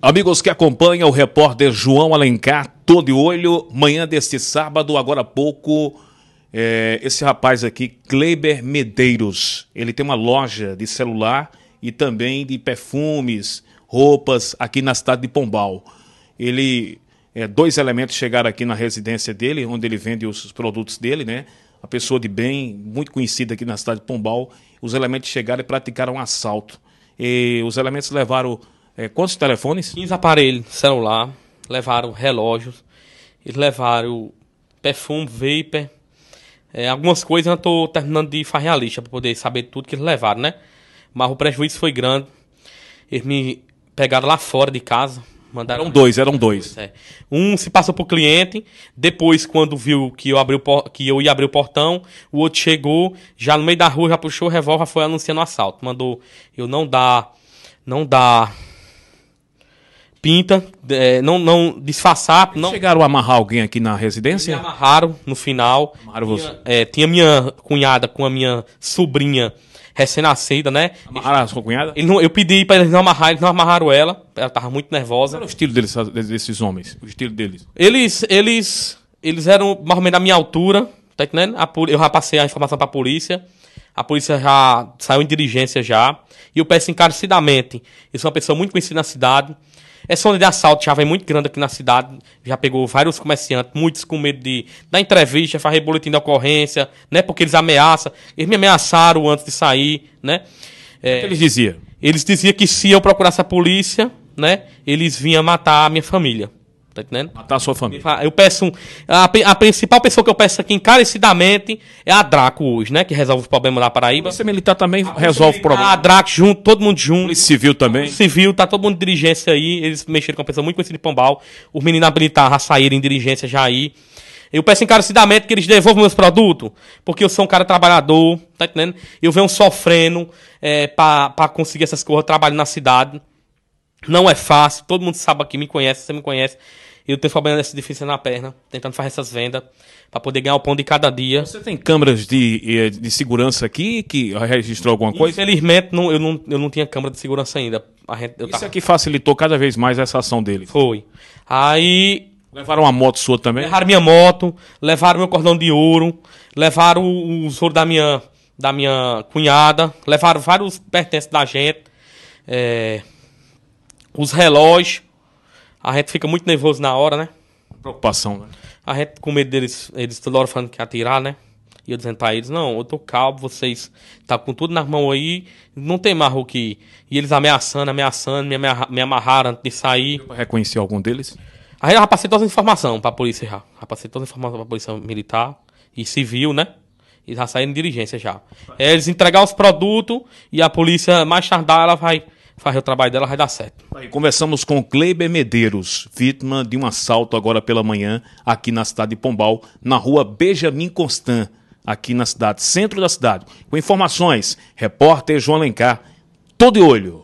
Amigos que acompanham o repórter João Alencar, todo de olho, manhã deste sábado, agora há pouco, esse rapaz aqui, Kleiber Medeiros, ele tem uma loja de celular e também de perfumes, roupas aqui na cidade de Pombal. Dois elementos chegaram aqui na residência dele, onde ele vende os produtos dele, né? Uma pessoa de bem, muito conhecida aqui na cidade de Pombal. Os elementos chegaram e praticaram um assalto. E os elementos levaram quantos telefones? 15 aparelhos celular, levaram relógios, eles levaram perfume, vapor, algumas coisas eu estou terminando de fazer a lista para poder saber tudo que eles levaram, né? Mas o prejuízo foi grande. Eles me pegaram lá fora de casa. Mandaram Eram dois. Um se passou pro cliente, depois quando viu que eu ia abrir o portão, o outro chegou, já no meio da rua, já puxou o revólver, foi anunciando o assalto. Mandou eu não dar pinta, não disfarçar. Não chegaram a amarrar alguém aqui na residência? Me amarraram no final. Amarraram você? Tinha minha cunhada com a minha sobrinha recém-nascida, né? Amarraram a sua cunhada? Eu pedi para eles não amarrar, eles não amarraram ela. Ela tava muito nervosa. Qual era o estilo desses homens? O estilo deles? Eles eram mais ou menos da minha altura, tá entendendo? Eu já passei a informação para a polícia já saiu em diligência já. E eu peço encarecidamente, eles são uma pessoa muito conhecida na cidade. Essa onda de assalto já vem muito grande aqui na cidade, já pegou vários comerciantes, muitos com medo de dar entrevista, fazer boletim de ocorrência, né? Porque eles ameaçam, eles me ameaçaram antes de sair, né? O que eles diziam? Eles diziam que se eu procurasse a polícia, né? Eles vinham matar a minha família, tá entendendo? Matar a sua família. Eu peço, a principal pessoa que eu peço aqui encarecidamente é a Draco hoje, né? Que resolve os problemas da Paraíba. A Polícia Militar também resolve o problema. A Draco junto, todo mundo junto. Polícia Civil também. Civil, tá todo mundo de diligência aí. Eles mexeram com uma pessoa muito conhecida de Pombal. Os meninos habilitados já saíram em diligência já aí. Eu peço encarecidamente que eles devolvam meus produtos, porque eu sou um cara trabalhador, tá entendendo? Eu venho sofrendo pra conseguir essas coisas, eu trabalho na cidade. Não é fácil, todo mundo sabe aqui, me conhece, você me conhece. Eu tenho problema desse difícil na perna, tentando fazer essas vendas, para poder ganhar o pão de cada dia. Você tem câmeras de segurança aqui que registrou alguma coisa? Infelizmente, eu não tinha câmera de segurança ainda. Isso aqui facilitou cada vez mais essa ação deles. Foi. Aí... Levaram uma moto sua também? Levaram minha moto, levaram meu cordão de ouro, levaram os ouro da minha cunhada, levaram vários pertences da gente, os relógios. A gente fica muito nervoso na hora, né? Preocupação, né? A gente com medo eles toda hora falando que ia atirar, né? E eu dizendo pra eles, não, eu tô calmo, vocês tá com tudo nas mãos aí, não tem mais o que... E eles ameaçando, me amarraram antes de sair. Deu pra reconhecer algum deles? Aí eu já passei todas as informações pra polícia já. Já passei todas as informações pra polícia militar e civil, né? E já saíram em diligência já. Eles entregar os produtos e a polícia, mais tardar, ela vai fazer o trabalho dela, vai dar certo. Aí, conversamos com Kleiber Medeiros, vítima de um assalto agora pela manhã aqui na cidade de Pombal, na rua Benjamin Constant, aqui na cidade, centro da cidade. Com informações, repórter João Alencar, todo de olho.